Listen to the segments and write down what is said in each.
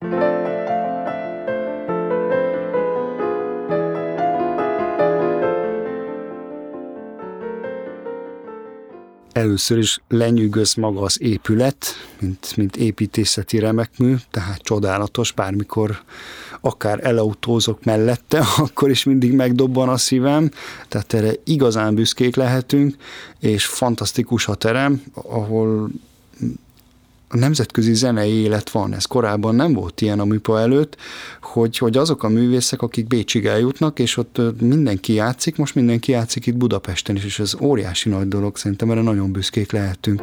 Először is lenyűgöz maga az épület, mint építészeti remekmű, tehát csodálatos, bármikor akár elautózok mellette, akkor is mindig megdobban a szívem, tehát erre igazán büszkék lehetünk, és fantasztikus a terem, ahol a nemzetközi zenei élet van. Ez korábban nem volt ilyen a műpa előtt, hogy azok a művészek, akik Bécsig eljutnak, és ott mindenki játszik, most mindenki játszik itt Budapesten is, és ez óriási nagy dolog, szerintem erre nagyon büszkék lehetünk.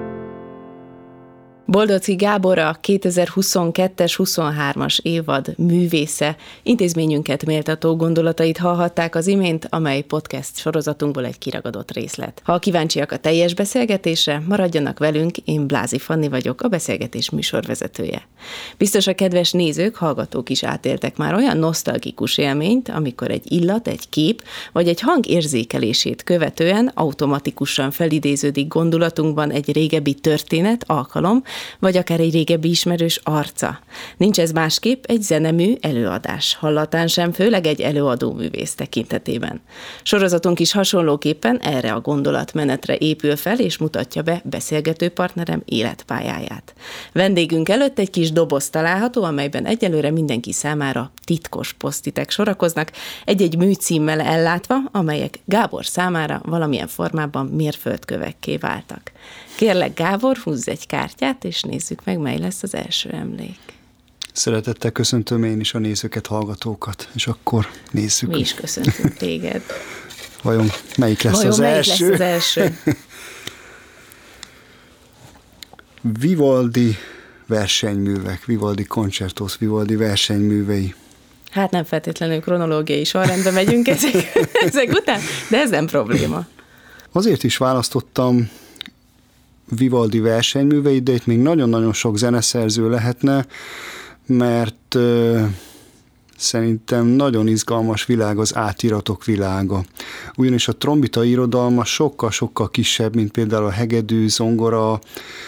Boldoczy Gábor a 2022-es 23-as évad művésze, intézményünket méltató gondolatait hallhatták az imént, amely podcast sorozatunkból egy kiragadott részlet. Ha kíváncsiak a teljes beszélgetésre, maradjanak velünk, én Blázi Fanni vagyok, a beszélgetés műsorvezetője. Biztos a kedves nézők, hallgatók is átéltek már olyan nosztalgikus élményt, amikor egy illat, egy kép vagy egy hang érzékelését követően automatikusan felidéződik gondolatunkban egy régebbi történet, alkalom, vagy akár egy régebbi ismerős arca. Nincs ez másképp egy zenemű előadás, hallatán sem, főleg egy előadóművész tekintetében. Sorozatunk is hasonlóképpen erre a gondolatmenetre épül fel, és mutatja be beszélgető partnerem életpályáját. Vendégünk előtt egy kis doboz található, amelyben egyelőre mindenki számára titkos posztitek sorakoznak, egy-egy műcímmel ellátva, amelyek Gábor számára valamilyen formában mérföldkövekké váltak. Kérlek, Gábor, húzz egy kártyát, és nézzük meg, mely lesz az első emlék. Szeretettel köszöntöm én is a nézőket, hallgatókat, és akkor nézzük. Mi is köszöntünk téged. Vajon melyik lesz az első? Vivaldi versenyművek, Vivaldi concertos, Vivaldi versenyművei. Hát nem feltétlenül kronológiai sorrendben megyünk ezek után, de ez nem probléma. Azért is választottam Vivaldi versenyműveit, de itt még nagyon-nagyon sok zeneszerző lehetne, mert szerintem nagyon izgalmas világ az átiratok világa. Ugyanis a trombita irodalma sokkal-sokkal kisebb, mint például a hegedű, zongora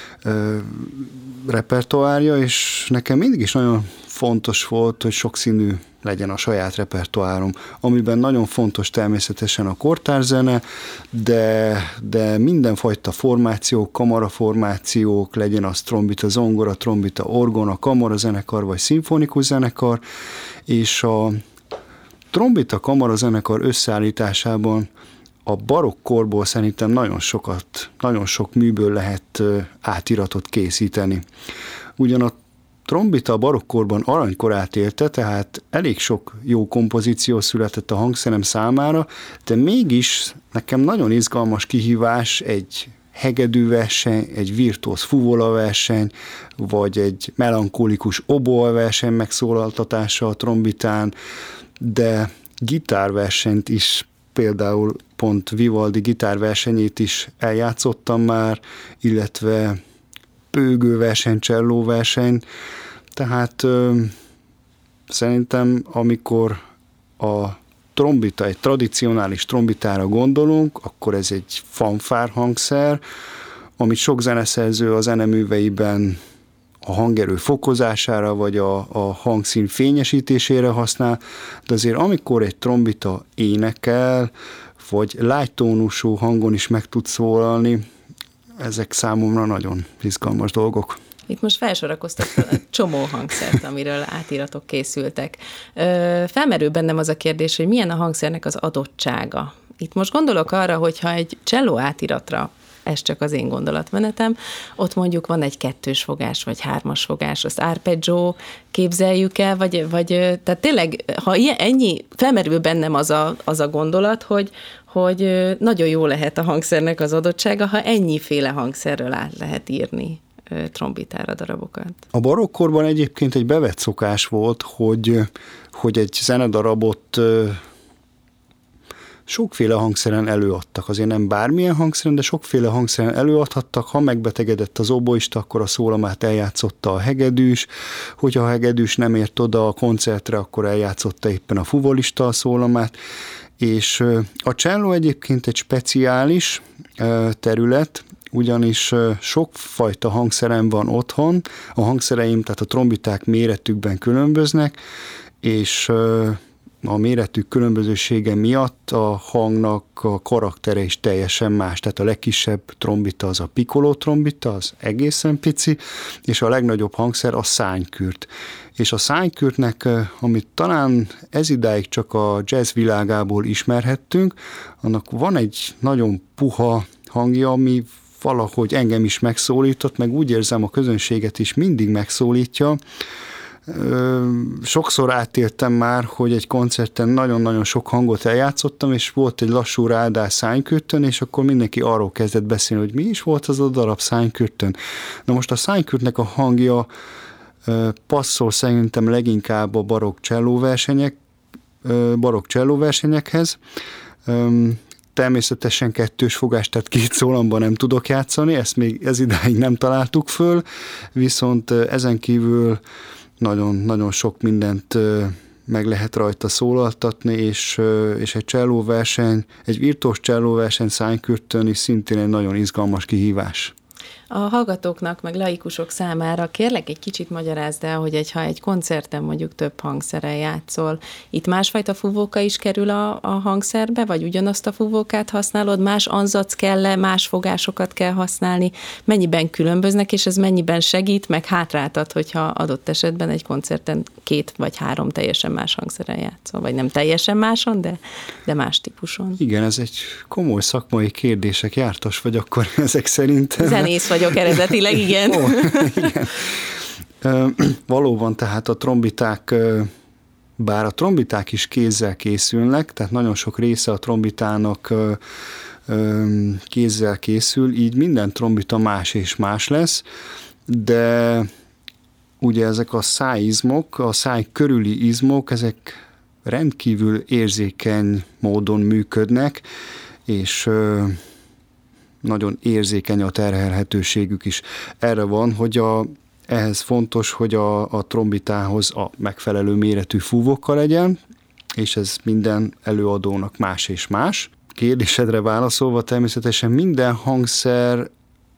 repertoárja, és nekem mindig is nagyon fontos volt, hogy sokszínű legyen a saját repertoárom, amiben nagyon fontos természetesen a kortárzene, de mindenfajta formációk, kamaraformációk, legyen az trombita, zongora, trombita, orgona, kamarazenekar vagy szimfonikus zenekar, és a trombita kamarazenekar összeállításában a barokk korból szerintem nagyon sok műből lehet átiratot készíteni. Ugyan a trombita a barokkorban aranykorát élte, tehát elég sok jó kompozíció született a hangszerem számára, de mégis nekem nagyon izgalmas kihívás egy hegedűverseny, egy virtuóz fuvola-verseny, vagy egy melankolikus oboa-verseny megszólaltatása a trombitán, de gitárversenyt is, például pont Vivaldi gitárversenyét is eljátszottam már, illetve pőgőverseny, csellóverseny, tehát szerintem amikor a trombita, egy tradicionális trombitára gondolunk, akkor ez egy fanfár hangszer, amit sok zeneszerző a zeneműveiben a hangerő fokozására, vagy a hangszín fényesítésére használ, de azért amikor egy trombita énekel, vagy lágytónusú hangon is meg tud szólalni, ezek számomra nagyon izgalmas dolgok. Itt most felsorakoztak egy csomó hangszert, amiről átiratok készültek. Felmerül bennem az a kérdés, hogy milyen a hangszernek az adottsága. Itt most gondolok arra, hogyha egy cselló átiratra, ez csak az én gondolatmenetem, ott mondjuk van egy 2-s fogás, vagy 3-as fogás, az arpeggio képzeljük el, vagy tehát tényleg, ha ennyi, felmerül bennem az a gondolat, hogy nagyon jó lehet a hangszernek az adottsága, ha ennyiféle hangszerről át lehet írni trombitára darabokat. A barokkorban egyébként egy bevett szokás volt, hogy egy zenedarabot sokféle hangszeren előadtak. Azért nem bármilyen hangszeren, de sokféle hangszeren előadhattak. Ha megbetegedett az oboista, akkor a szólamát eljátszotta a hegedűs. Hogyha a hegedűs nem ért oda a koncertre, akkor eljátszotta éppen a fuvolista a szólamát. És a cselló egyébként egy speciális terület, ugyanis sokfajta hangszerem van otthon, a hangszereim, tehát a trombiták méretükben különböznek, és a méretük különbözősége miatt a hangnak a karaktere is teljesen más. Tehát a legkisebb trombita az a piccolo trombita, az egészen pici, és a legnagyobb hangszer a szánykürt. És a szánykürtnek, amit talán ezidáig csak a jazz világából ismerhettünk, annak van egy nagyon puha hangja, ami valahogy engem is megszólított, meg úgy érzem a közönséget is mindig megszólítja. Sokszor átéltem már, hogy egy koncerten nagyon-nagyon sok hangot eljátszottam, és volt egy lassú ráadás szánykürtön, és akkor mindenki arról kezdett beszélni, hogy mi is volt az a darab szánykürtön. Na most a szánykürtnek a hangja passzol szerintem leginkább a barokk csellóversenyekhez. Természetesen kettős fogás, tehát két szólamban nem tudok játszani, ezt még ez idáig nem találtuk föl, viszont ezen kívül nagyon sok mindent meg lehet rajta szólaltatni, és egy csellóverseny, egy virtuós csellóverseny szánykürtön is szintén egy nagyon izgalmas kihívás. A hallgatóknak, meg laikusok számára kérlek egy kicsit magyarázd el, hogy ha egy koncerten mondjuk több hangszerrel játszol, itt másfajta fúvóka is kerül a hangszerbe, vagy ugyanazt a fúvókát használod, más anzac kell-e, más fogásokat kell használni, mennyiben különböznek, és ez mennyiben segít, meg hátráltat, hogyha adott esetben egy koncerten 2 vagy 3 teljesen más hangszerrel játszol, vagy nem teljesen máson, de más típuson. Igen, ez egy komoly szakmai kérdések, jártas vagy akkor ezek szerint. Zenész vagyok eredetileg, igen. Igen. Valóban tehát a trombiták, bár a trombiták is kézzel készülnek, tehát nagyon sok része a trombitának kézzel készül, így minden trombita más és más lesz, de ugye ezek a szájizmok, a száj körüli izmok, ezek rendkívül érzékeny módon működnek, és nagyon érzékeny a terhelhetőségük is. Erre van, hogy ehhez fontos, hogy a trombitához a megfelelő méretű fúvókkal legyen, és ez minden előadónak más és más. Kérdésedre válaszolva természetesen minden hangszerhez,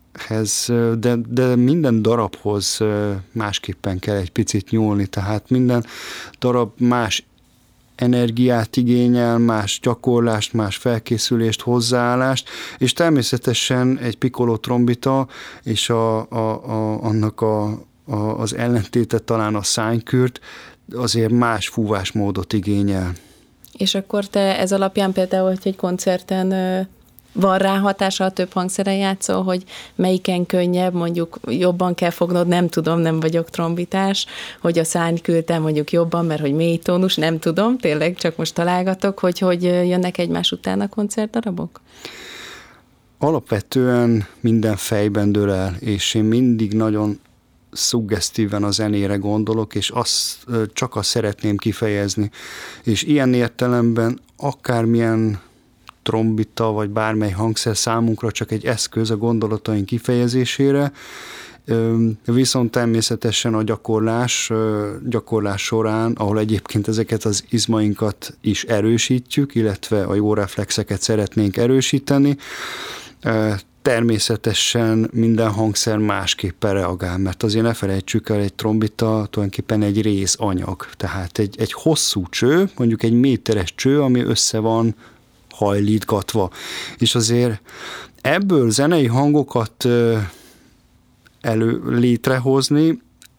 de minden darabhoz másképpen kell egy picit nyúlni, tehát minden darab más energiát igényel, más gyakorlást, más felkészülést, hozzáállást, és természetesen egy piccolo trombita, és annak az ellentéte talán a szánykürt, azért más fúvásmódot igényel. És akkor te ez alapján például, hogy egy koncerten van rá hatása, a több hangszeren játszol, hogy melyiken könnyebb, mondjuk jobban kell fognod, nem tudom, nem vagyok trombitás, hogy a szánykürten mondjuk jobban, mert hogy mély tónus, nem tudom, tényleg csak most találgatok, hogy jönnek egymás után a koncertdarabok? Alapvetően minden fejben dől el, és én mindig nagyon szuggesztíven a zenére gondolok, és csak azt szeretném kifejezni. És ilyen értelemben akármilyen trombita, vagy bármely hangszer számunkra csak egy eszköz a gondolataink kifejezésére, viszont természetesen a gyakorlás során, ahol egyébként ezeket az izmainkat is erősítjük, illetve a jó reflexeket szeretnénk erősíteni, természetesen minden hangszer másképpen reagál, mert azért ne felejtsük el, egy trombita tulajdonképpen egy részanyag, tehát egy hosszú cső, mondjuk egy méteres cső, ami össze van hajlítgatva. És azért ebből zenei hangokat létrehozni,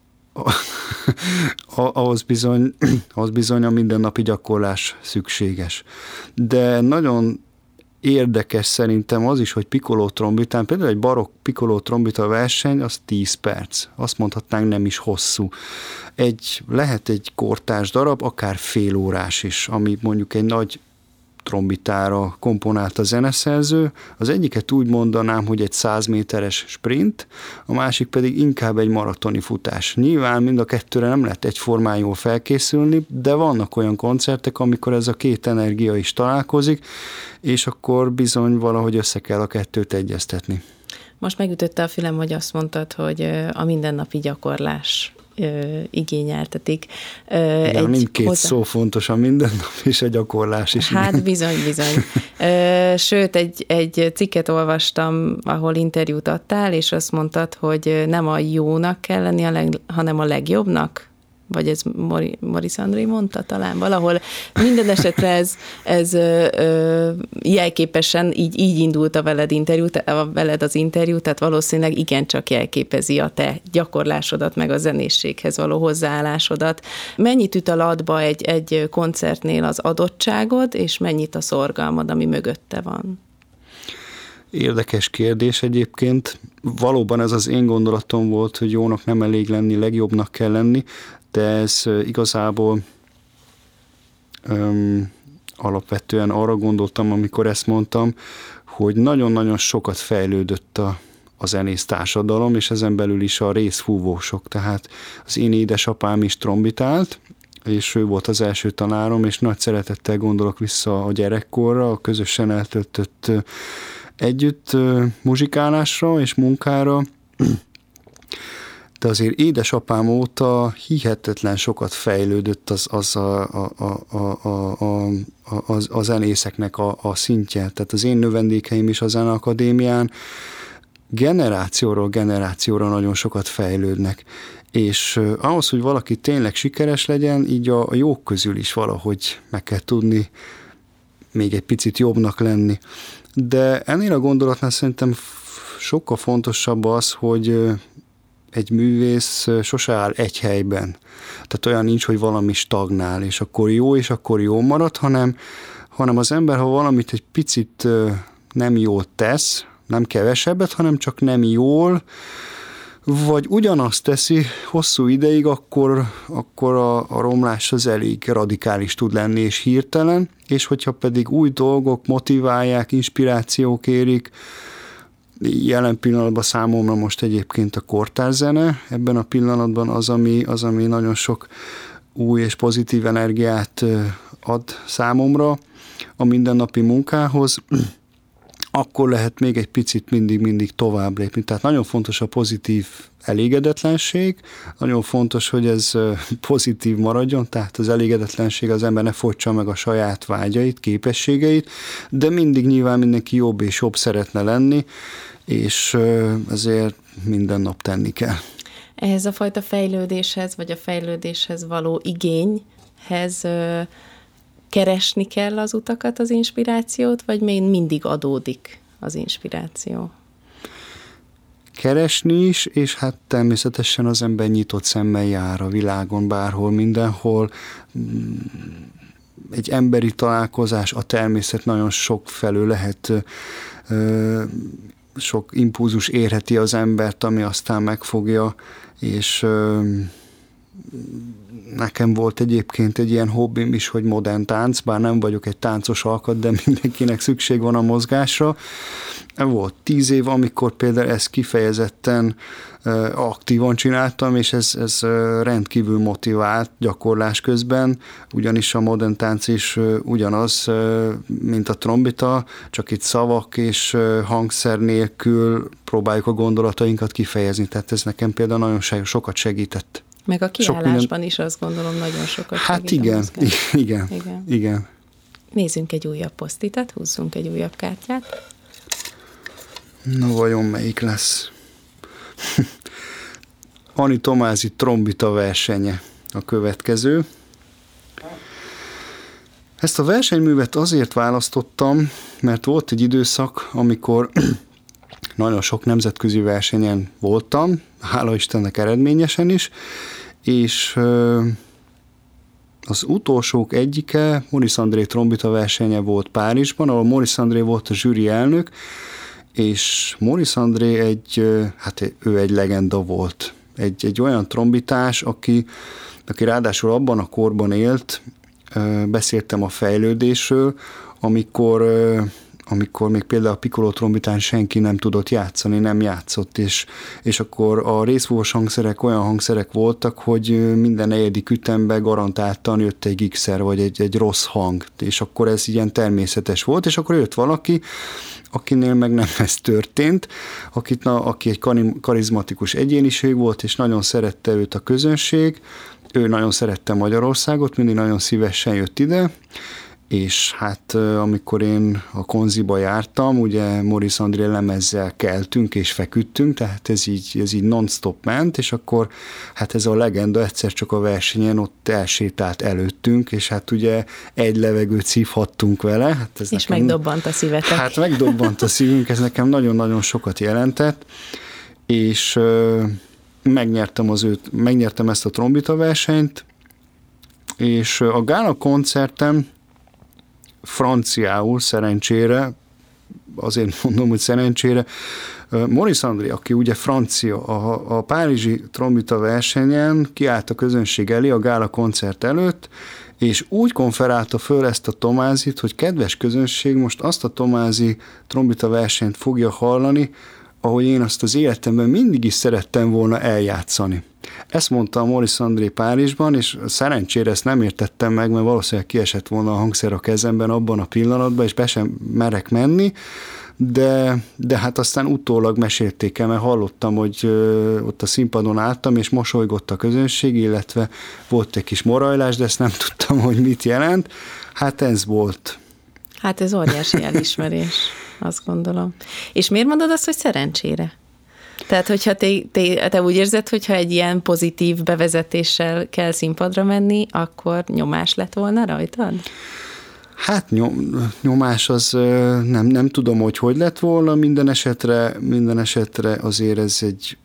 ahhoz bizony a mindennapi gyakorlás szükséges. De nagyon érdekes szerintem az is, hogy piccolo trombitán, például egy barokk piccolo trombita verseny, az 10 perc. Azt mondhatnánk, nem is hosszú. Lehet egy kortárs darab, akár fél órás is, ami mondjuk egy nagy trombitára komponált a zeneszerző. Az egyiket úgy mondanám, hogy egy 100 méteres sprint, a másik pedig inkább egy maratoni futás. Nyilván mind a kettőre nem lehet egyformán jól felkészülni, de vannak olyan koncertek, amikor ez a két energia is találkozik, és akkor bizony valahogy össze kell a kettőt egyeztetni. Most megütötte a fülem, hogy azt mondtad, hogy a mindennapi gyakorlás igényeltetik. Igen, mindkét szó fontos, a mindennap és a gyakorlás is. Hát igen. Bizony. Sőt, egy cikket olvastam, ahol interjút adtál, és azt mondtad, hogy nem a jónak kell lenni, hanem a legjobbnak. Vagy ez Maurice André mondta talán valahol. Minden esetre ez jelképesen így indult a veled az interjú, tehát valószínűleg igencsak jelképezi a te gyakorlásodat, meg a zenészséghez való hozzáállásodat. Mennyit üt a latba egy koncertnél az adottságod, és mennyit a szorgalmad, ami mögötte van? Érdekes kérdés egyébként. Valóban ez az én gondolatom volt, hogy jónak nem elég lenni, legjobbnak kell lenni, de ez igazából alapvetően arra gondoltam, amikor ezt mondtam, hogy nagyon-nagyon sokat fejlődött a zenész társadalom, és ezen belül is a részfúvósok. Tehát az én édesapám is trombitált, és ő volt az első tanárom, és nagy szeretettel gondolok vissza a gyerekkorra, a közösen eltöltött együtt muzsikálásra és munkára, de azért édesapám óta hihetetlen sokat fejlődött a zenészeknek a szintje. Tehát az én növendékeim is a Zeneakadémián generációról generációra nagyon sokat fejlődnek. És ahhoz, hogy valaki tényleg sikeres legyen, így a jók közül is valahogy meg kell tudni még egy picit jobbnak lenni. De ennél a gondolatnál szerintem sokkal fontosabb az, hogy egy művész sose áll egy helyben. Tehát olyan nincs, hogy valami stagnál, és akkor jó marad, hanem az ember, ha valamit egy picit nem jól tesz, nem kevesebbet, hanem csak nem jól, vagy ugyanazt teszi hosszú ideig, akkor a romlás az elég radikális tud lenni és hirtelen, és hogyha pedig új dolgok motiválják, inspirációk érik, jelen pillanatban számomra most egyébként a kortárzene, ebben a pillanatban az, ami nagyon sok új és pozitív energiát ad számomra a mindennapi munkához, akkor lehet még egy picit mindig tovább lépni. Tehát nagyon fontos a pozitív elégedetlenség, nagyon fontos, hogy ez pozitív maradjon, tehát az elégedetlenség, az ember ne fogytsa meg a saját vágyait, képességeit, de mindig nyilván mindenki jobb és jobb szeretne lenni, és ezért minden nap tenni kell. Ehhez a fajta fejlődéshez, vagy a fejlődéshez való igényhez keresni kell az utakat, az inspirációt, vagy még mindig adódik az inspiráció? Keresni is, és hát természetesen az ember nyitott szemmel jár a világon, bárhol, mindenhol. Egy emberi találkozás, a természet nagyon sok felől lehet, sok impulzus érheti az embert, ami aztán megfogja, és nekem volt egyébként egy ilyen hobbim is, hogy modern tánc, bár nem vagyok egy táncos alkat, de mindenkinek szükség van a mozgásra. Volt 10 év, amikor például ezt kifejezetten aktívan csináltam, és ez rendkívül motivált gyakorlás közben, ugyanis a modern tánc is ugyanaz, mint a trombita, csak itt szavak és hangszer nélkül próbáljuk a gondolatainkat kifejezni, tehát ez nekem például nagyon sokat segített. Meg a kiállásban is azt gondolom nagyon sokat segít. Hát igen. Nézzünk egy újabb posztitet, húzzunk egy újabb kártyát. Na vajon melyik lesz? Ani Tomázi trombita versenye a következő. Ezt a versenyművet azért választottam, mert volt egy időszak, amikor nagyon sok nemzetközi versenyen voltam, hála Istennek eredményesen is, és az utolsók egyike Maurice André trombita versenye volt Párizsban, ahol Maurice André volt a zsűri elnök, és Maurice André ő egy legenda volt. Egy olyan trombitás, aki ráadásul abban a korban élt, beszéltem a fejlődésről, amikor amikor még például a piccolo trombitán senki nem tudott játszani, nem játszott, és akkor a részfúvós hangszerek olyan hangszerek voltak, hogy minden negyedik ütemben garantáltan jött egy gigszer, vagy egy rossz hang, és akkor ez ilyen természetes volt, és akkor jött valaki, akinél meg nem ez történt, aki egy karizmatikus egyéniség volt, és nagyon szerette őt a közönség, ő nagyon szerette Magyarországot, mindig nagyon szívesen jött ide, és hát amikor én a Konziba jártam, ugye Maurice André lemezzel keltünk és feküdtünk, tehát ez így non-stop ment, és akkor hát ez a legenda egyszer csak a versenyen ott elsétált előttünk, és hát ugye egy levegőt szívhattunk vele. Hát ez és nekem, megdobbant a szívetek. Hát megdobbant a szívünk, ez nekem nagyon-nagyon sokat jelentett, és megnyertem ezt a trombita versenyt, és a gála koncertem franciául, szerencsére, azért mondom, hogy szerencsére, Maurice André, aki ugye francia, a párizsi trombita versenyen kiállt a közönség elé a gála koncert előtt, és úgy konferálta föl ezt a Tomázit, hogy kedves közönség, most azt a Tomázi trombita versenyt fogja hallani, ahogy én azt az életemben mindig is szerettem volna eljátszani. Ezt mondta a Maurice André Párizsban, és szerencsére ezt nem értettem meg, mert valószínűleg kiesett volna a hangszer a kezemben abban a pillanatban, és be sem merek menni, de hát aztán utólag mesélték el, mert hallottam, hogy ott a színpadon álltam, és mosolygott a közönség, illetve volt egy kis morajlás, de ezt nem tudtam, hogy mit jelent. Hát ez volt. Hát ez óriási elismerés, azt gondolom. És miért mondod azt, hogy szerencsére? Tehát, hogyha te úgy érzed, hogyha egy ilyen pozitív bevezetéssel kell színpadra menni, akkor nyomás lett volna rajtad? Hát nyomás az nem tudom, hogy lett volna, minden esetre azért ez egy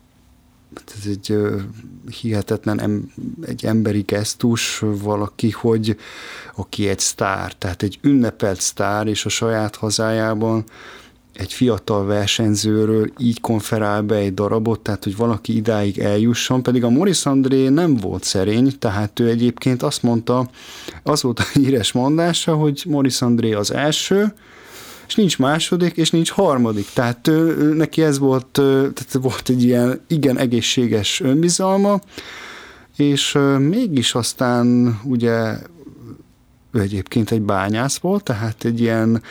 hihetetlen egy emberi gesztus, valaki, aki egy sztár, tehát egy ünnepelt sztár, és a saját hazájában egy fiatal versenyzőről így konferál be egy darabot, tehát hogy valaki idáig eljusson, pedig a Maurice André nem volt szerény, tehát ő egyébként azt mondta, az volt a híres mondása, hogy Maurice André az első, és nincs második, és nincs harmadik. Tehát neki ez volt, tehát volt egy ilyen igen egészséges önbizalma, és mégis aztán ugye ő egyébként egy bányász volt, tehát egy ilyen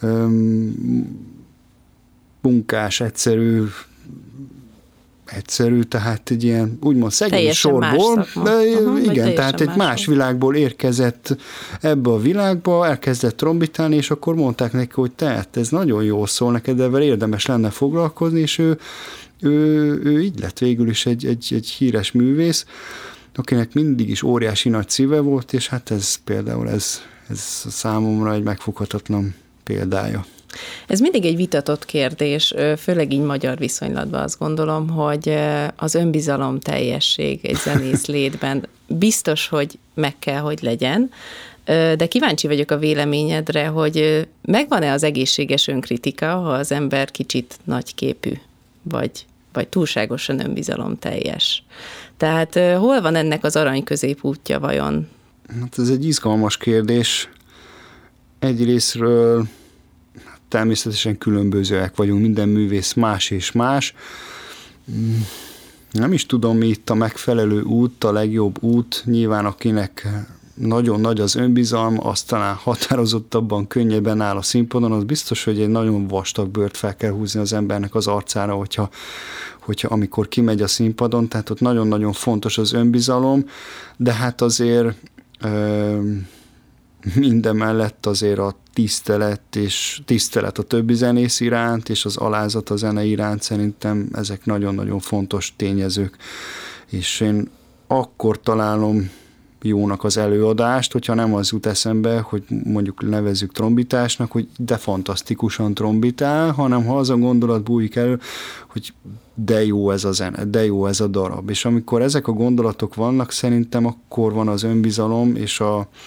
munkás, egyszerű, tehát egy ilyen úgymond szegény teljesen sorból, de igen, tehát egy más volt. világból érkezett ebbe a világba, elkezdett trombitálni, és akkor mondták neki, hogy te, ez nagyon jól szól neked, de ezzel érdemes lenne foglalkozni, és ő így lett végül is egy híres művész, akinek mindig is óriási nagy szíve volt, és hát ez például ez számomra egy megfoghatatlan példája. Ez mindig egy vitatott kérdés, főleg így magyar viszonylatban azt gondolom, hogy az önbizalom teljesség egy zenész létben biztos, hogy meg kell, hogy legyen, de kíváncsi vagyok a véleményedre, hogy megvan-e az egészséges önkritika, ha az ember kicsit nagyképű, vagy túlságosan önbizalomteljes. Tehát hol van ennek az arany középútja vajon? Hát ez egy izgalmas kérdés. Egyrészről természetesen különbözőek vagyunk, minden művész más és más. Nem is tudom, mi itt a megfelelő út, a legjobb út. Nyilván akinek nagyon nagy az önbizalma, az talán határozottabban, könnyebben áll a színpadon, az biztos, hogy egy nagyon vastag bőrt fel kell húzni az embernek az arcára, hogyha amikor kimegy a színpadon, tehát ott nagyon-nagyon fontos az önbizalom, de hát azért mindemellett azért a tisztelet a többi zenész iránt, és az alázat a zene iránt, szerintem ezek nagyon-nagyon fontos tényezők. És én akkor találom jónak az előadást, hogyha nem az jut eszembe, hogy mondjuk nevezzük trombitásnak, hogy de fantasztikusan trombitál, hanem ha az a gondolat bújik elő, hogy de jó ez a zene, de jó ez a darab. És amikor ezek a gondolatok vannak, szerintem akkor van az önbizalom, és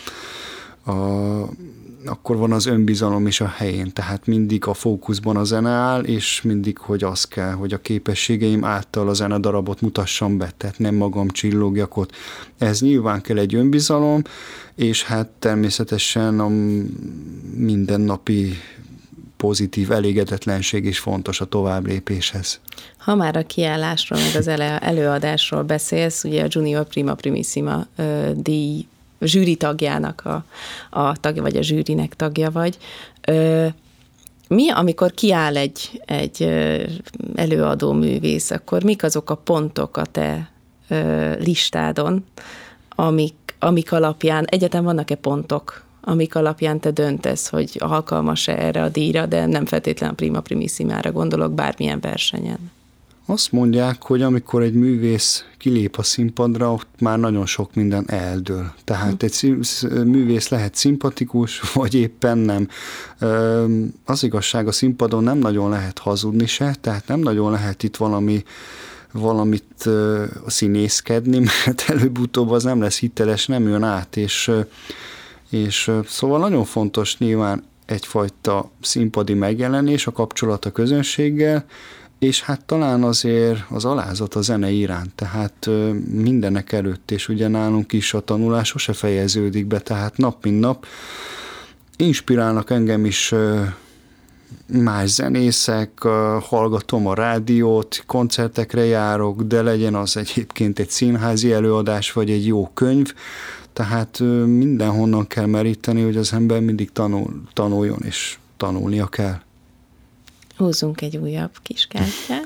akkor van az önbizalom is a helyén, tehát mindig a fókuszban a zene áll, és mindig, hogy az kell, hogy a képességeim által a zene darabot mutassam be, tehát nem magam csillogjak ott. Ez nyilván kell egy önbizalom, és hát természetesen a mindennapi pozitív elégedetlenség is fontos a továbblépéshez. Ha már a kiállásról, meg az előadásról beszélsz, ugye a Junior Prima Primissima díj zsűri tagjának a tagja, vagy a zsűrinek tagja vagy. Mi, amikor kiáll egy előadó művész, akkor mik azok a pontok a te listádon, amik alapján, egyáltalán vannak-e pontok, amik alapján te döntesz, hogy alkalmas-e erre a díjra, de nem feltétlenül a Prima Primissimára gondolok, bármilyen versenyen? Azt mondják, hogy amikor egy művész kilép a színpadra, ott már nagyon sok minden eldől. Tehát egy művész lehet szimpatikus, vagy éppen nem. Az igazság, a színpadon nem nagyon lehet hazudni se, tehát nem nagyon lehet itt valamit színészkedni, mert előbb-utóbb az nem lesz hiteles, nem jön át, és szóval nagyon fontos nyilván egyfajta színpadi megjelenés, a kapcsolat a közönséggel, és hát talán azért az alázat a zene iránt, tehát mindenek előtt, és ugye nálunk is a tanulás sose fejeződik be, tehát nap mint nap inspirálnak engem is más zenészek, hallgatom a rádiót, koncertekre járok, de legyen az egyébként egy színházi előadás, vagy egy jó könyv, tehát mindenhonnan kell meríteni, hogy az ember mindig tanuljon, és tanulnia kell. Húzzunk egy újabb kis kártyát.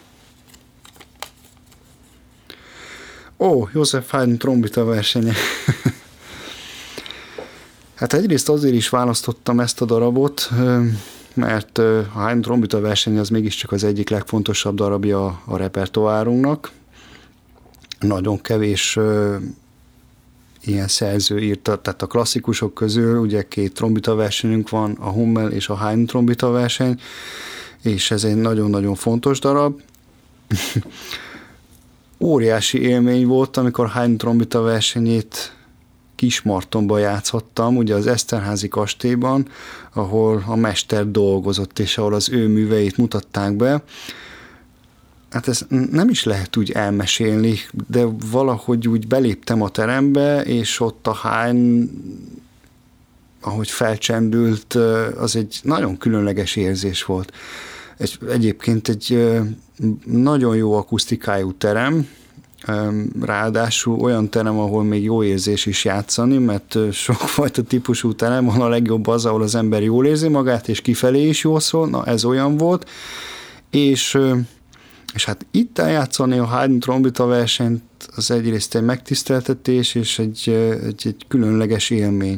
József Haydn trombita versenye. Hát egyrészt azért is választottam ezt a darabot, mert a Haydn trombita verseny az mégiscsak az egyik legfontosabb darabja a repertoárunknak. Nagyon kevés ilyen szerző írta, tehát a klasszikusok közül ugye 2 trombita versenyünk van, a Hummel és a Haydn trombita verseny, és ez egy nagyon-nagyon fontos darab. Óriási élmény volt, amikor Haydn trombita versenyét Kismartonban játszhattam, ugye az Eszterházy kastélyban, ahol a mester dolgozott, és ahol az ő műveit mutatták be. Hát ez nem is lehet úgy elmesélni, de valahogy úgy beléptem a terembe, és ott a Haydn, ahogy felcsendült, az egy nagyon különleges érzés volt. Egyébként egy nagyon jó akusztikájú terem, ráadásul olyan terem, ahol még jó érzés is játszani, mert sokfajta típusú terem van, a legjobb az, ahol az ember jól érzi magát, és kifelé is jól szól, na ez olyan volt, és hát itt eljátszani a Haydn trombita versenyt, az egyrészt egy megtiszteltetés, és egy különleges élmény.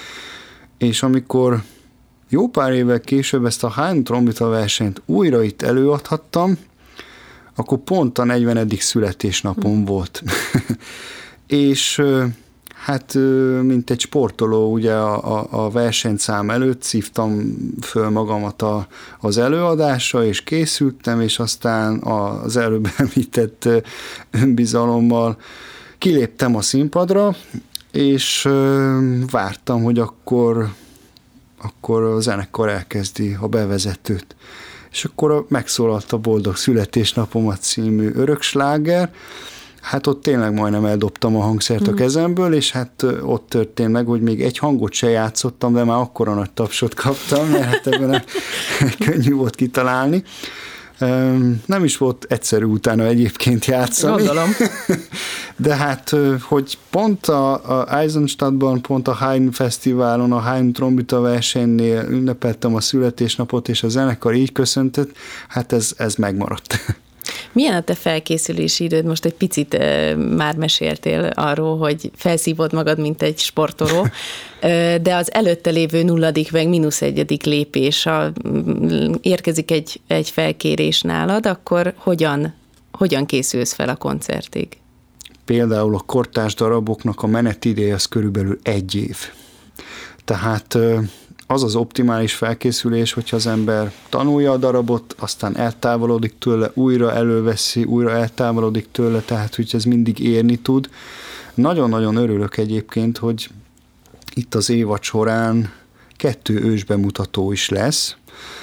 És amikor jó pár évvel később ezt a Haydn trombita versenyt újra itt előadhattam, akkor pont a 40. születésnapom volt. És hát mint egy sportoló, ugye a versenyszám előtt szívtam föl magamat az előadásra, és készültem, és aztán az előbb említett önbizalommal kiléptem a színpadra, és vártam, hogy akkor a zenekar elkezdi a bevezetőt. És akkor megszólalt a Boldog születésnapomat című öröksláger. Hát ott tényleg majdnem eldobtam a hangszert a kezemből, és hát ott történt meg, hogy még egy hangot se játszottam, de már akkora nagy tapsot kaptam, mert hát ebben könnyű volt kitalálni. Nem is volt egyszerű utána egyébként játszani. Gondolom. De hát, hogy pont a Eisenstadtban, pont a Haydn Fesztiválon, a Haydn trombita versenynél ünnepeltem a születésnapot, és a zenekar így köszöntött, hát ez megmaradt. Milyen a te felkészülési időd? Most egy picit már meséltél arról, hogy felszívod magad, mint egy sportoló, de az előtte lévő 0. meg -1. lépés, érkezik egy felkérés nálad, akkor hogyan készülsz fel a koncertig? Például a kortárs daraboknak a menetideje az körülbelül 1 év. Tehát az az optimális felkészülés, hogyha az ember tanulja a darabot, aztán eltávolodik tőle, újra előveszi, újra eltávolodik tőle, tehát hogy ez mindig érni tud. Nagyon-nagyon örülök egyébként, hogy itt az évad során 2 ősbemutató is lesz.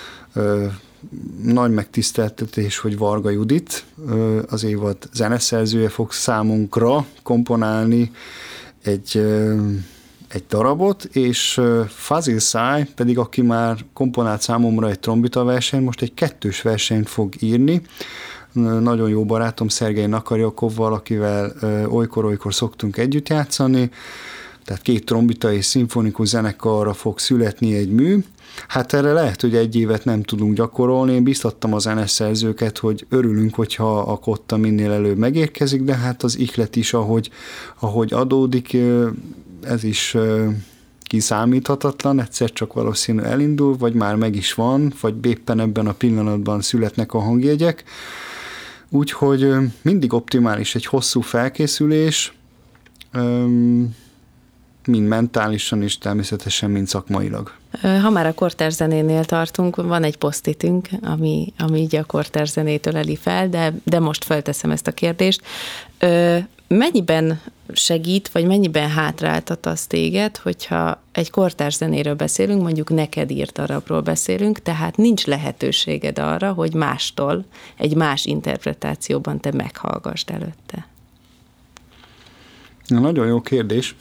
Nagy megtiszteltetés, hogy Varga Judit, az évad zeneszerzője fog számunkra komponálni egy egy darabot, és Fazil Say pedig, aki már komponált számomra egy trombita versenyt, most egy 2-s versenyt fog írni. Nagyon jó barátom Szergej Nakarjakovval, akivel olykor-olykor szoktunk együtt játszani, tehát 2 trombita és szimfonikus zenekarra fog születni egy mű. Hát erre lehet, hogy 1 évet nem tudunk gyakorolni. Én biztattam a zeneszerzőket, hogy örülünk, hogyha a kotta minél előbb megérkezik, de hát az ihlet is, ahogy adódik, ez is kiszámíthatatlan, egyszer csak valószínű elindul, vagy már meg is van, vagy éppen ebben a pillanatban születnek a hangjegyek. Úgyhogy mindig optimális egy hosszú felkészülés, mind mentálisan és természetesen, mind szakmailag. Ha már a kortárs zenénél tartunk, van egy posztitünk, ami így a kortárs zenétől eli fel, de most felteszem ezt a kérdést. Mennyiben segít, vagy mennyiben hátráltat az téged, hogyha egy kortárs zenéről beszélünk, mondjuk neked írt darabról beszélünk, tehát nincs lehetőséged arra, hogy mástól, egy más interpretációban te meghallgassd előtte? Nagyon jó kérdés.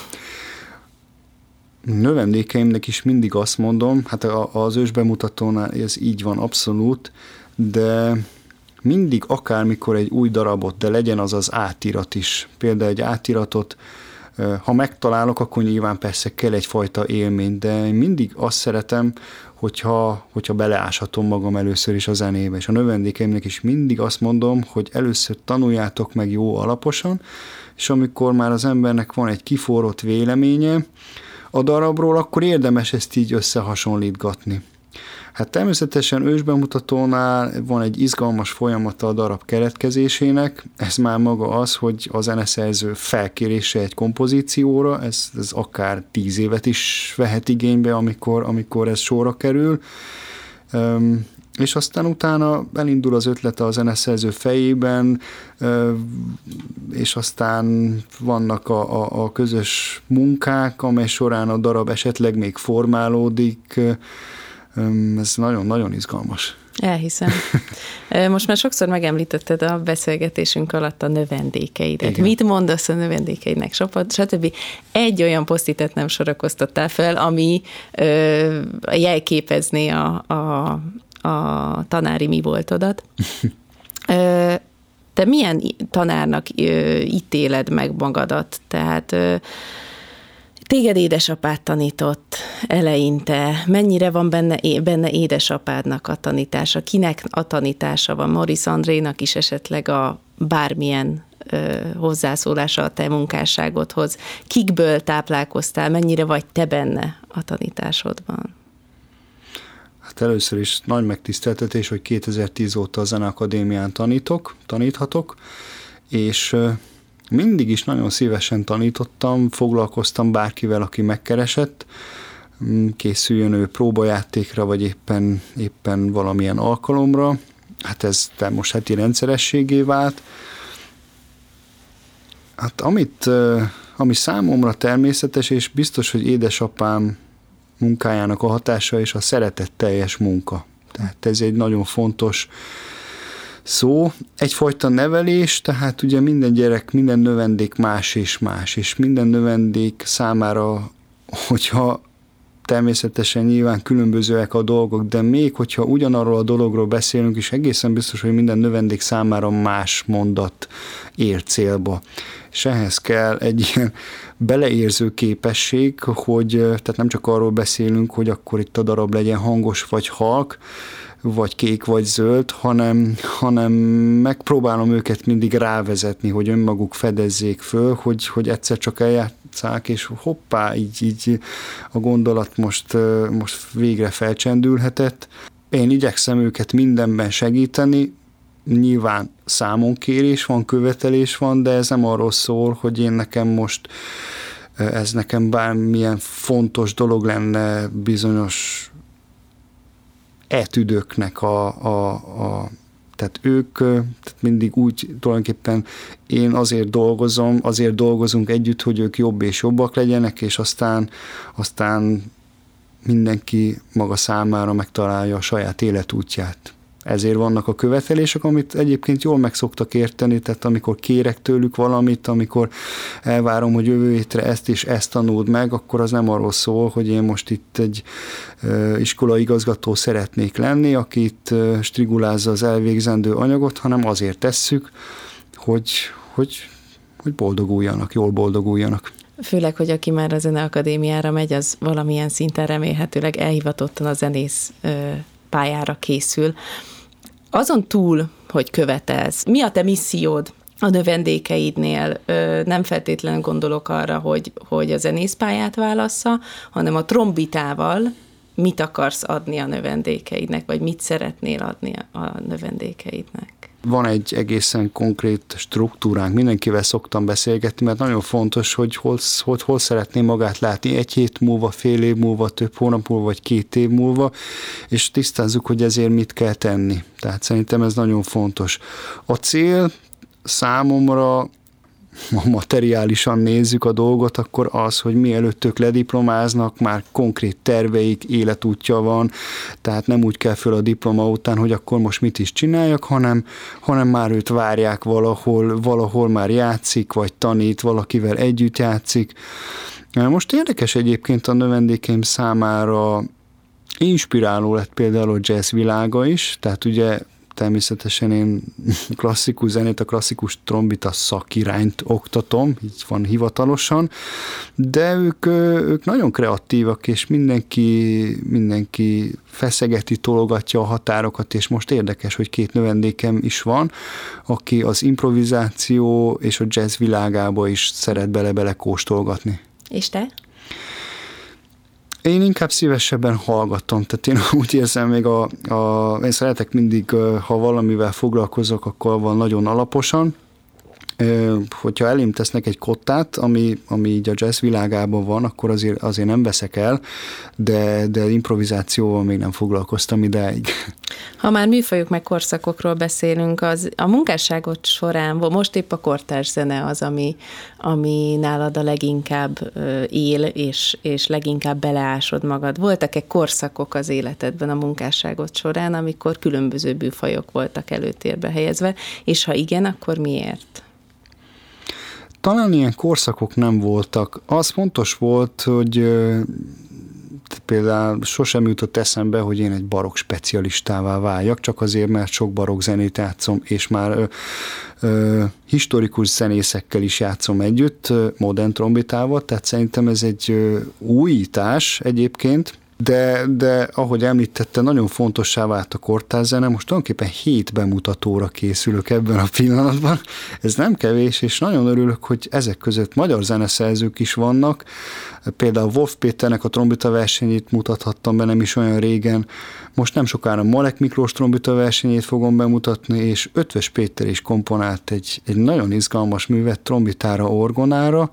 Növendékeimnek is mindig azt mondom, hát az ősbemutatónál ez így van abszolút, de mindig akármikor egy új darabot, de legyen az átirat is. Például egy átiratot, ha megtalálok, akkor nyilván persze kell egyfajta élmény, de én mindig azt szeretem, hogyha beleáshatom magam először is a zenébe. És a növendékeimnek is mindig azt mondom, hogy először tanuljátok meg jó alaposan, és amikor már az embernek van egy kiforrott véleménye a darabról, akkor érdemes ezt így összehasonlítgatni. Hát természetesen ősbemutatónál van egy izgalmas folyamata a darab keletkezésének, ez már maga az, hogy a zeneszerző felkérése egy kompozícióra, ez akár 10 évet is vehet igénybe, amikor ez sorra kerül, és aztán utána elindul az ötlete a zeneszerző fejében, és aztán vannak a közös munkák, amely során a darab esetleg még formálódik. Ez nagyon-nagyon izgalmas. Elhiszem. Most már sokszor megemlítetted a beszélgetésünk alatt a növendékeidet. Igen. Mit mondasz a növendékeidnek, stb. Egy olyan posztitet nem sorakoztattál fel, ami jelképezné a tanári mi voltodat. Te milyen tanárnak ítéled meg magadat? Tehát téged édesapád tanított eleinte. Mennyire van benne édesapádnak a tanítása? Kinek a tanítása van? Maurice Andrénak is esetleg a bármilyen hozzászólása a te munkásságodhoz? Kikből táplálkoztál? Mennyire vagy te benne a tanításodban? Hát először is nagy megtiszteltetés, hogy 2010 óta a Zeneakadémián taníthatok, és mindig is nagyon szívesen tanítottam, foglalkoztam bárkivel, aki megkeresett, készüljön ő próbajátékra, vagy éppen valamilyen alkalomra. Hát ez most heti rendszerességé vált. Hát ami számomra természetes, és biztos, hogy édesapám munkájának a hatása és a szeretetteljes munka. Tehát ez egy nagyon fontos szó. Egyfajta nevelés, tehát ugye minden gyerek, minden növendék más, és minden növendék számára, hogyha természetesen nyilván különbözőek a dolgok, de még hogyha ugyanarról a dologról beszélünk, és egészen biztos, hogy minden növendék számára más mondat ér célba. És ehhez kell egy ilyen beleérző képesség, tehát nem csak arról beszélünk, hogy akkor itt a darab legyen hangos vagy halk, vagy kék, vagy zöld, hanem megpróbálom őket mindig rávezetni, hogy önmaguk fedezzék föl, hogy egyszer csak eljátszák, és hoppá, így a gondolat most végre felcsendülhetett. Én igyekszem őket mindenben segíteni, nyilván számonkérés van, követelés van, de ez nem arról szól, hogy ez nekem bármilyen fontos dolog lenne bizonyos etüdöknek tehát ők tehát mindig úgy tulajdonképpen én azért dolgozunk együtt, hogy ők jobb és jobbak legyenek, és aztán mindenki maga számára megtalálja a saját életútját. ezért vannak a követelések, amit egyébként jól meg szoktak érteni, tehát amikor kérek tőlük valamit, amikor elvárom, hogy jövő hétre ezt és ezt tanuld meg, akkor az nem arról szól, hogy én most itt egy iskolaigazgató szeretnék lenni, akit strigulázza az elvégzendő anyagot, hanem azért tesszük, hogy boldoguljanak, jól boldoguljanak. Főleg, hogy aki már a Zeneakadémiára megy, az valamilyen szinten remélhetőleg elhivatottan a zenész pályára készül. Azon túl, hogy követelsz, mi a te missziód a növendékeidnél? Nem feltétlenül gondolok arra, hogy a zenészpályát válassza, hanem a trombitával mit akarsz adni a növendékeidnek, vagy mit szeretnél adni a növendékeidnek? Van egy egészen konkrét struktúránk, mindenkivel szoktam beszélgetni, mert nagyon fontos, hogy hol szeretné magát látni 1 hét múlva, fél év múlva, több hónap múlva, vagy 2 év múlva, és tisztázzuk, hogy ezért mit kell tenni. Tehát szerintem ez nagyon fontos. A cél számomra, ha materiálisan nézzük a dolgot, akkor az, hogy mielőtt ők lediplomáznak, már konkrét terveik, életútja van, tehát nem úgy kell föl a diploma után, hogy akkor most mit is csináljak, hanem már őt várják valahol már játszik, vagy tanít, valakivel együtt játszik. Most érdekes egyébként a növendékeim számára inspiráló lett például a jazz világa is, tehát ugye természetesen én klasszikus zenét, a klasszikus trombita szakirányt oktatom, így van hivatalosan, de ők nagyon kreatívak, és mindenki feszegeti, tologatja a határokat, és most érdekes, hogy 2 növendékem is van, aki az improvizáció és a jazz világába is szeret bele-bele kóstolgatni. És te? Én inkább szívesebben hallgatom, tehát én úgy érzem, még én szeretek mindig, ha valamivel foglalkozok, akkor van nagyon alaposan. Hogyha elém tesznek egy kottát, ami így a jazz világában van, akkor azért nem veszek el, de improvizációval még nem foglalkoztam idáig. Ha már műfajok meg korszakokról beszélünk, a munkásságod során, most épp a kortárs zene az, ami nálad a leginkább él, és leginkább beleásod magad. Voltak-e korszakok az életedben a munkásságod során, amikor különböző műfajok voltak előtérbe helyezve, és ha igen, akkor miért? Talán ilyen korszakok nem voltak. Az fontos volt, hogy például sosem jutott eszembe, hogy én egy barokk specialistává váljak, csak azért, mert sok barokk zenét játszom, és már historikus zenészekkel is játszom együtt, modern trombitával, tehát szerintem ez egy újítás egyébként, de ahogy említette, nagyon fontossá vált a kortárs-zene. Most tulajdonképpen 7 bemutatóra készülök ebben a pillanatban. Ez nem kevés, és nagyon örülök, hogy ezek között magyar zeneszerzők is vannak. Például Wolf Péternek a trombita versenyét mutathattam be nem is olyan régen. Most nem sokára Malek Miklós trombita versenyét fogom bemutatni, és Ötvös Péter is komponált egy nagyon izgalmas művet trombitára, orgonára,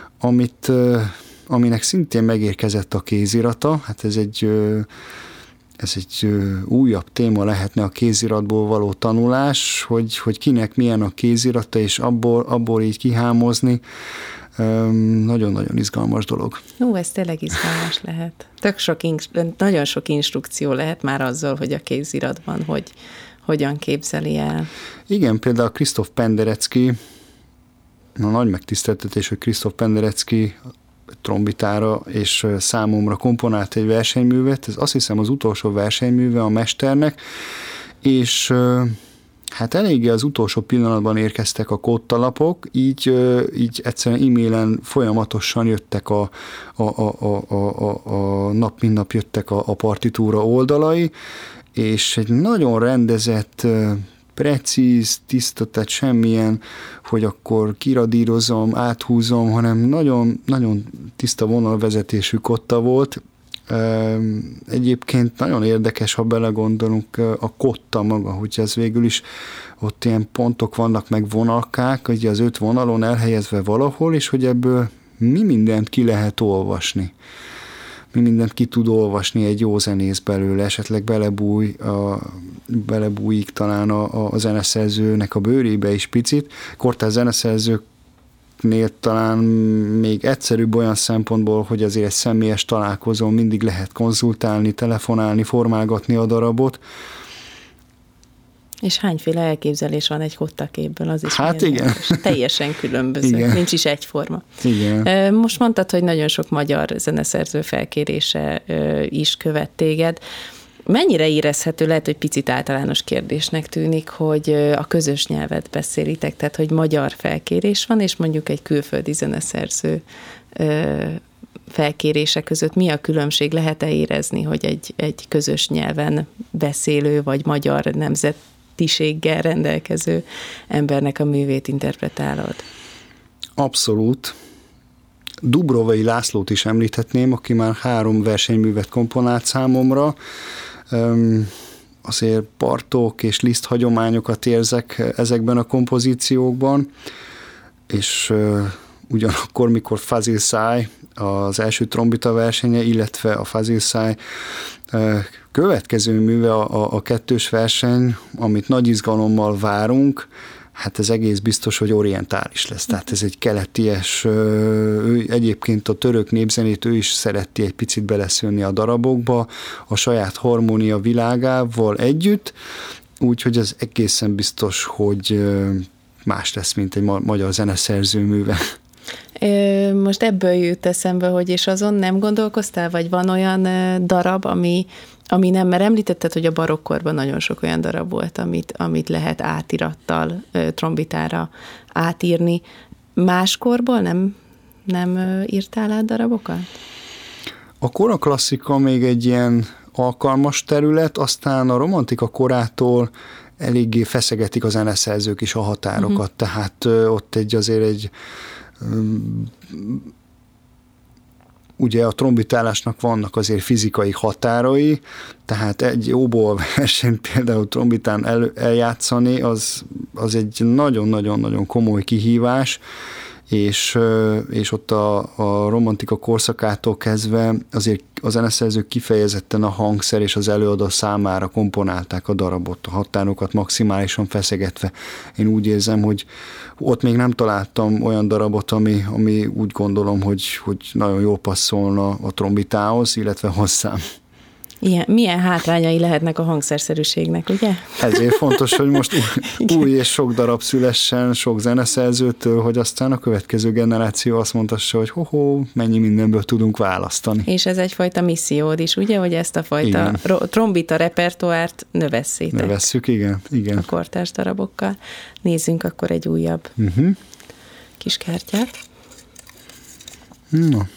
aminek szintén megérkezett a kézirata. Hát ez egy újabb téma lehetne a kéziratból való tanulás, hogy kinek milyen a kézirata, és abból így kihámozni. Nagyon-nagyon izgalmas dolog. Ez tényleg izgalmas lehet. Nagyon sok instrukció lehet már azzal, hogy a kéziratban hogyan képzeli el. Igen, például Krisztof Penderecki, nagy megtiszteltetés, hogy Krisztof Penderecki trombitára és számomra komponált egy versenyművet, ez azt hiszem az utolsó versenyműve a mesternek, és hát eléggé az utolsó pillanatban érkeztek a kódtalapok, így egyszerűen e-mailen folyamatosan jöttek a nap mint nap jöttek a partitúra oldalai, és egy nagyon rendezett, precíz, tiszta, tehát semmilyen, hogy akkor kiradírozom, áthúzom, hanem nagyon, nagyon tiszta vonalvezetésű kotta volt. Egyébként nagyon érdekes, ha belegondolunk, a kotta maga, hogy ez végül is ott ilyen pontok vannak, meg vonalkák, ugye az 5 vonalon elhelyezve valahol, és hogy ebből mi mindent ki lehet olvasni. Mi mindent ki tud olvasni egy jó zenész belőle, esetleg belebújik talán a zeneszerzőnek a bőrébe is picit. Kortárs zeneszerzőknél talán még egyszerűbb olyan szempontból, hogy azért egy személyes találkozón mindig lehet konzultálni, telefonálni, formálgatni a darabot. És hányféle elképzelés van egy kottaképből, az is hát igen. Teljesen különböző, igen. Nincs is egyforma. Igen. Most mondtad, hogy nagyon sok magyar zeneszerző felkérése is követ téged. Mennyire érezhető, lehet, hogy picit általános kérdésnek tűnik, hogy a közös nyelvet beszélitek, tehát hogy magyar felkérés van, és mondjuk egy külföldi zeneszerző felkérése között mi a különbség? Lehet-e érezni, hogy egy közös nyelven beszélő, vagy magyar nemzetiséggel rendelkező embernek a művét interpretálod? Abszolút. Dubrovai Lászlót is említhetném, aki már 3 versenyművet komponált számomra. Azért Bartók és Liszt hagyományokat érzek ezekben a kompozíciókban, és ugyanakkor, mikor Fazil Say az első trombita versenye, illetve a Fazil Say következő műve a 2-s verseny, amit nagy izgalommal várunk, hát ez egész biztos, hogy orientális lesz. Tehát ez egy keleties, ő egyébként a török népzenét ő is szereti egy picit beleszőni a darabokba, a saját harmónia világával együtt, úgyhogy ez egészen biztos, hogy más lesz, mint egy magyar zeneszerző műve. Most ebből jut eszembe, hogy és azon nem gondolkoztál, vagy van olyan darab, ami nem, mert említetted, hogy a barokkorban nagyon sok olyan darab volt, amit lehet átirattal, trombitára átírni. Máskorból nem írtál át darabokat? A koraklasszika még egy ilyen alkalmas terület, aztán a romantika korától eléggé feszegetik a zeneszerzők is a határokat, tehát ott azért egy ugye a trombitálásnak vannak azért fizikai határai, tehát egy óbor versenyt például trombitán eljátszani, az egy nagyon-nagyon-nagyon komoly kihívás, és ott a romantika korszakától kezdve azért a zeneszerzők kifejezetten a hangszer és az előadó számára komponálták a darabot, a határokat maximálisan feszegetve. Én úgy érzem, hogy ott még nem találtam olyan darabot, ami úgy gondolom, hogy nagyon jól passzolna a trombitához, illetve hozzám. Milyen hátrányai lehetnek a hangszerszerűségnek, ugye? Ezért fontos, hogy most új és sok darab szülessen, sok zeneszerzőtől, hogy aztán a következő generáció azt mondhassa, hogy mennyi mindenből tudunk választani. És ez egyfajta missziód is, ugye, hogy ezt a fajta trombita repertoárt növesszétek. Növesszük, igen. A kortárs darabokkal. Nézzünk akkor egy újabb kis kártyát. No.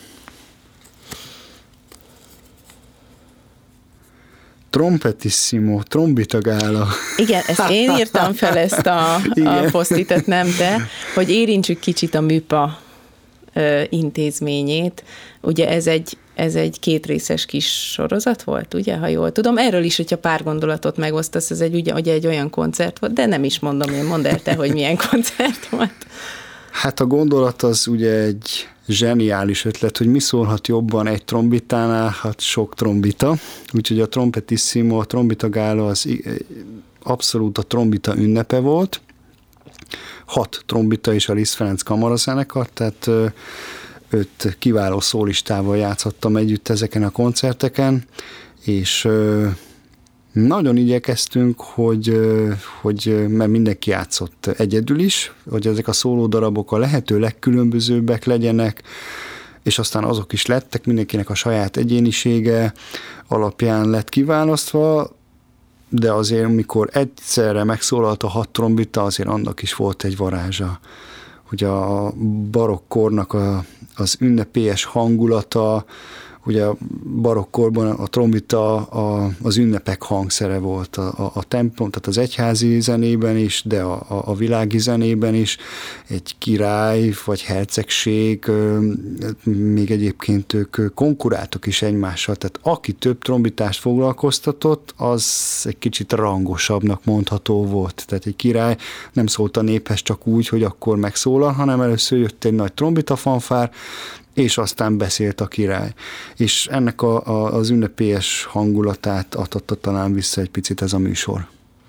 Trompetissimo, trombita gála. Igen, ezt én írtam fel, ezt a posztitet, nem te, hogy érintsük kicsit a műpa intézményét. Ugye ez egy 2 részes kis sorozat volt, ugye, ha jól tudom. Erről is, hogyha pár gondolatot megosztasz, ez ugye egy olyan koncert volt, de nem is mondom én, mondd el te, hogy milyen koncert volt. Hát a gondolat az ugye egy zseniális ötlet, hogy mi szólhat jobban egy trombitánál, hát sok trombita. Úgyhogy a Trompetissimo, a trombita gála az abszolút a trombita ünnepe volt. 6 trombita és a Liszt Ferenc kamarazenekar, tehát 5 kiváló szólistával játszottam együtt ezeken a koncerteken, és nagyon igyekeztünk, hogy mert mindenki játszott egyedül is, hogy ezek a szólódarabok a lehető legkülönbözőbbek legyenek, és aztán azok is lettek, mindenkinek a saját egyénisége alapján lett kiválasztva, de azért, amikor egyszerre megszólalt a 6 trombita, azért annak is volt egy varázsa. Ugye a barokkornak az ünnepélyes hangulata, ugye a barokkorban a trombita az ünnepek hangszere volt a templom, tehát az egyházi zenében is, de a világi zenében is. Egy király vagy hercegség, még egyébként ők konkuráltak is egymással, tehát aki több trombitást foglalkoztatott, az egy kicsit rangosabbnak mondható volt. Tehát egy király nem szólt a néphez csak úgy, hogy akkor megszólal, hanem először jött egy nagy trombita fanfár, és aztán beszélt a király. És ennek az ünnepélyes hangulatát adta talán vissza egy picit ez a műsor.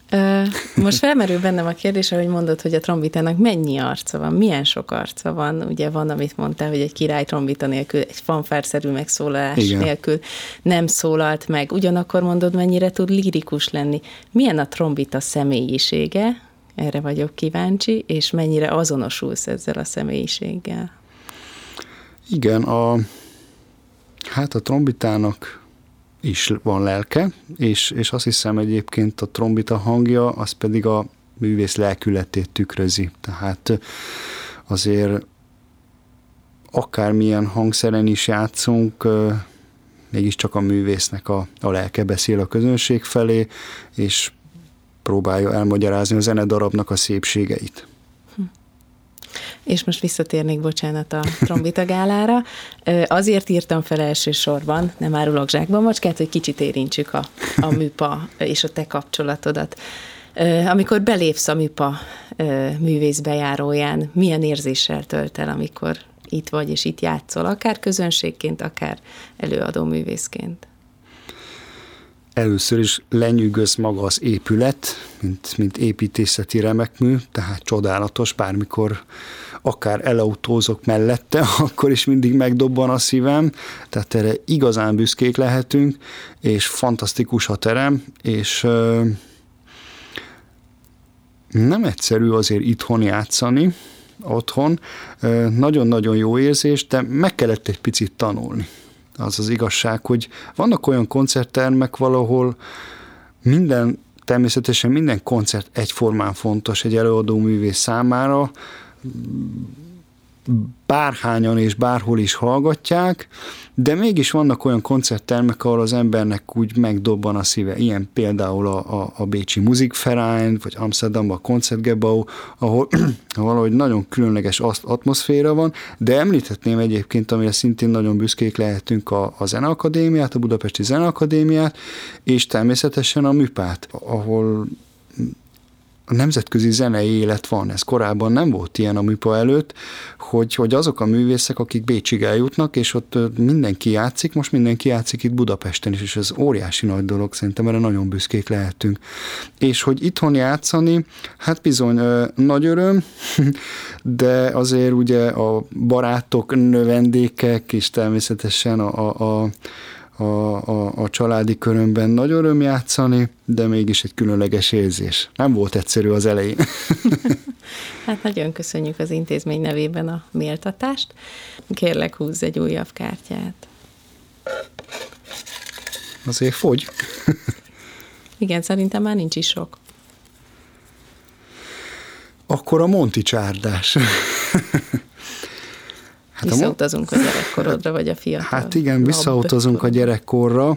Most felmerül bennem a kérdés, hogy mondod, hogy a trombitának mennyi arca van, milyen sok arca van. Ugye van, amit mondtál, hogy egy király trombita nélkül, egy fanfárszerű megszólalás nélkül nem szólalt meg. Ugyanakkor mondod, mennyire tud lirikus lenni. Milyen a trombita személyisége? Erre vagyok kíváncsi, és mennyire azonosulsz ezzel a személyiséggel? Igen, a trombitának is van lelke, és azt hiszem egyébként a trombita hangja, az pedig a művész lelkületét tükrözi. Tehát azért akármilyen hangszeren is játszunk, mégiscsak a művésznek a lelke beszél a közönség felé, és próbálja elmagyarázni a zenedarabnak a szépségeit. És most visszatérnék, bocsánat, a trombita gálára. Azért írtam fel elsősorban, nem árulok zsákba macskát, hogy kicsit érintsük a műpa és a te kapcsolatodat. Amikor belépsz a műpa művészbejáróján, milyen érzéssel tölt el, amikor itt vagy és itt játszol, akár közönségként, akár előadó művészként? Először is lenyűgöz maga az épület, mint építészeti remekmű, tehát csodálatos, bármikor akár elautózok mellette, akkor is mindig megdobban a szívem, tehát erre igazán büszkék lehetünk, és fantasztikus a terem, és nem egyszerű azért itthon játszani, otthon, nagyon-nagyon jó érzés, de meg kellett egy picit tanulni. Az az igazság, hogy vannak olyan koncerttermek valahol természetesen minden koncert egyformán fontos egy előadó művész számára, bárhányan és bárhol is hallgatják, de mégis vannak olyan koncerttermek, ahol az embernek úgy megdobban a szíve. Ilyen például a bécsi Musikverein, vagy Amsterdamban a Konzertgebouw, ahol valahogy nagyon különleges atmoszféra van, de említhetném egyébként, amire szintén nagyon büszkék lehetünk a Zeneakadémiát, a Budapesti Zeneakadémiát, és természetesen a Műpát, ahol a nemzetközi zenei élet van. Ez korábban nem volt ilyen a Műpa előtt, hogy azok a művészek, akik Bécsig eljutnak, és ott mindenki játszik, most mindenki játszik itt Budapesten is, és ez óriási nagy dolog, szerintem erre nagyon büszkék lehetünk. És hogy itthon játszani, hát bizony nagy öröm, de azért ugye a barátok, növendékek, és természetesen a családi körömben nagy öröm játszani, de mégis egy különleges érzés. Nem volt egyszerű az elején. Hát nagyon köszönjük az intézmény nevében a méltatást. Kérlek, húzz egy újabb kártyát. Azért fogy. Igen, szerintem már nincs is sok. Akkor a Monti csárdás. Visszautazunk a gyerekkorodra, vagy a fiatal. Hát igen, visszautazunk a gyerekkorra.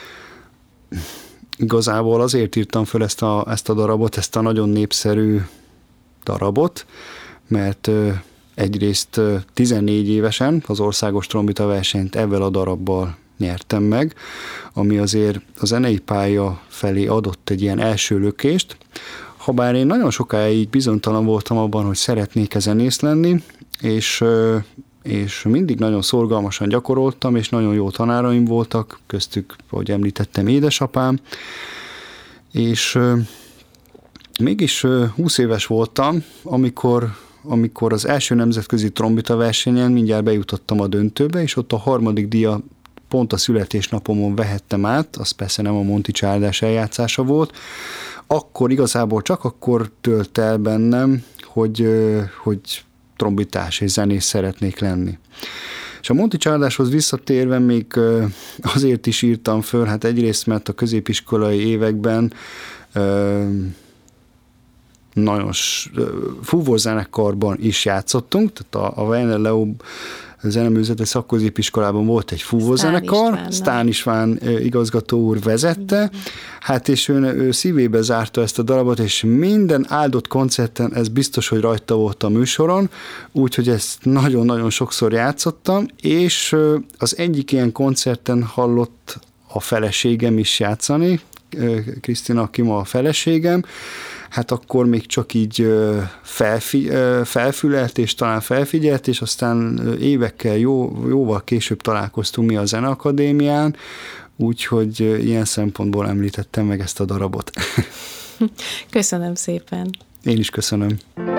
Igazából azért írtam föl ezt a darabot, ezt a nagyon népszerű darabot, mert egyrészt 14 évesen az országos trombita versenyt ezzel a darabbal nyertem meg, ami azért a zenei pálya felé adott egy ilyen első lökést. Habár én nagyon sokáig bizonytalan voltam abban, hogy szeretnék zenész lenni, és mindig nagyon szorgalmasan gyakoroltam, és nagyon jó tanáraim voltak, köztük, ahogy említettem, édesapám, és mégis 20 éves voltam, amikor az első nemzetközi trombita versenyen mindjárt bejutottam a döntőbe, és ott a harmadik díjat pont a születésnapomon vehettem át, az persze nem a Monti csárdás eljátszása volt, akkor igazából csak akkor tölt el bennem, hogy trombitás és zenész szeretnék lenni. És a Monti csárdáshoz visszatérve még azért is írtam föl, hát egyrészt, mert a középiskolai években nagyon fúvózenekarban is játszottunk, tehát a Weiner Leo zeneművészeti szakközépiskolában volt egy fúvózenekar, Stán István igazgató úr vezette, hát és ő szívébe zárta ezt a darabot, és minden áldott koncerten ez biztos, hogy rajta volt a műsoron, úgyhogy ezt nagyon-nagyon sokszor játszottam, és az egyik ilyen koncerten hallott a feleségem is játszani, Krisztina, aki ma a feleségem, hát akkor még csak így felfülelt, és talán felfigyelt, és aztán évekkel jóval később találkoztunk mi a Zeneakadémián, úgyhogy ilyen szempontból említettem meg ezt a darabot. Köszönöm szépen. Én is köszönöm.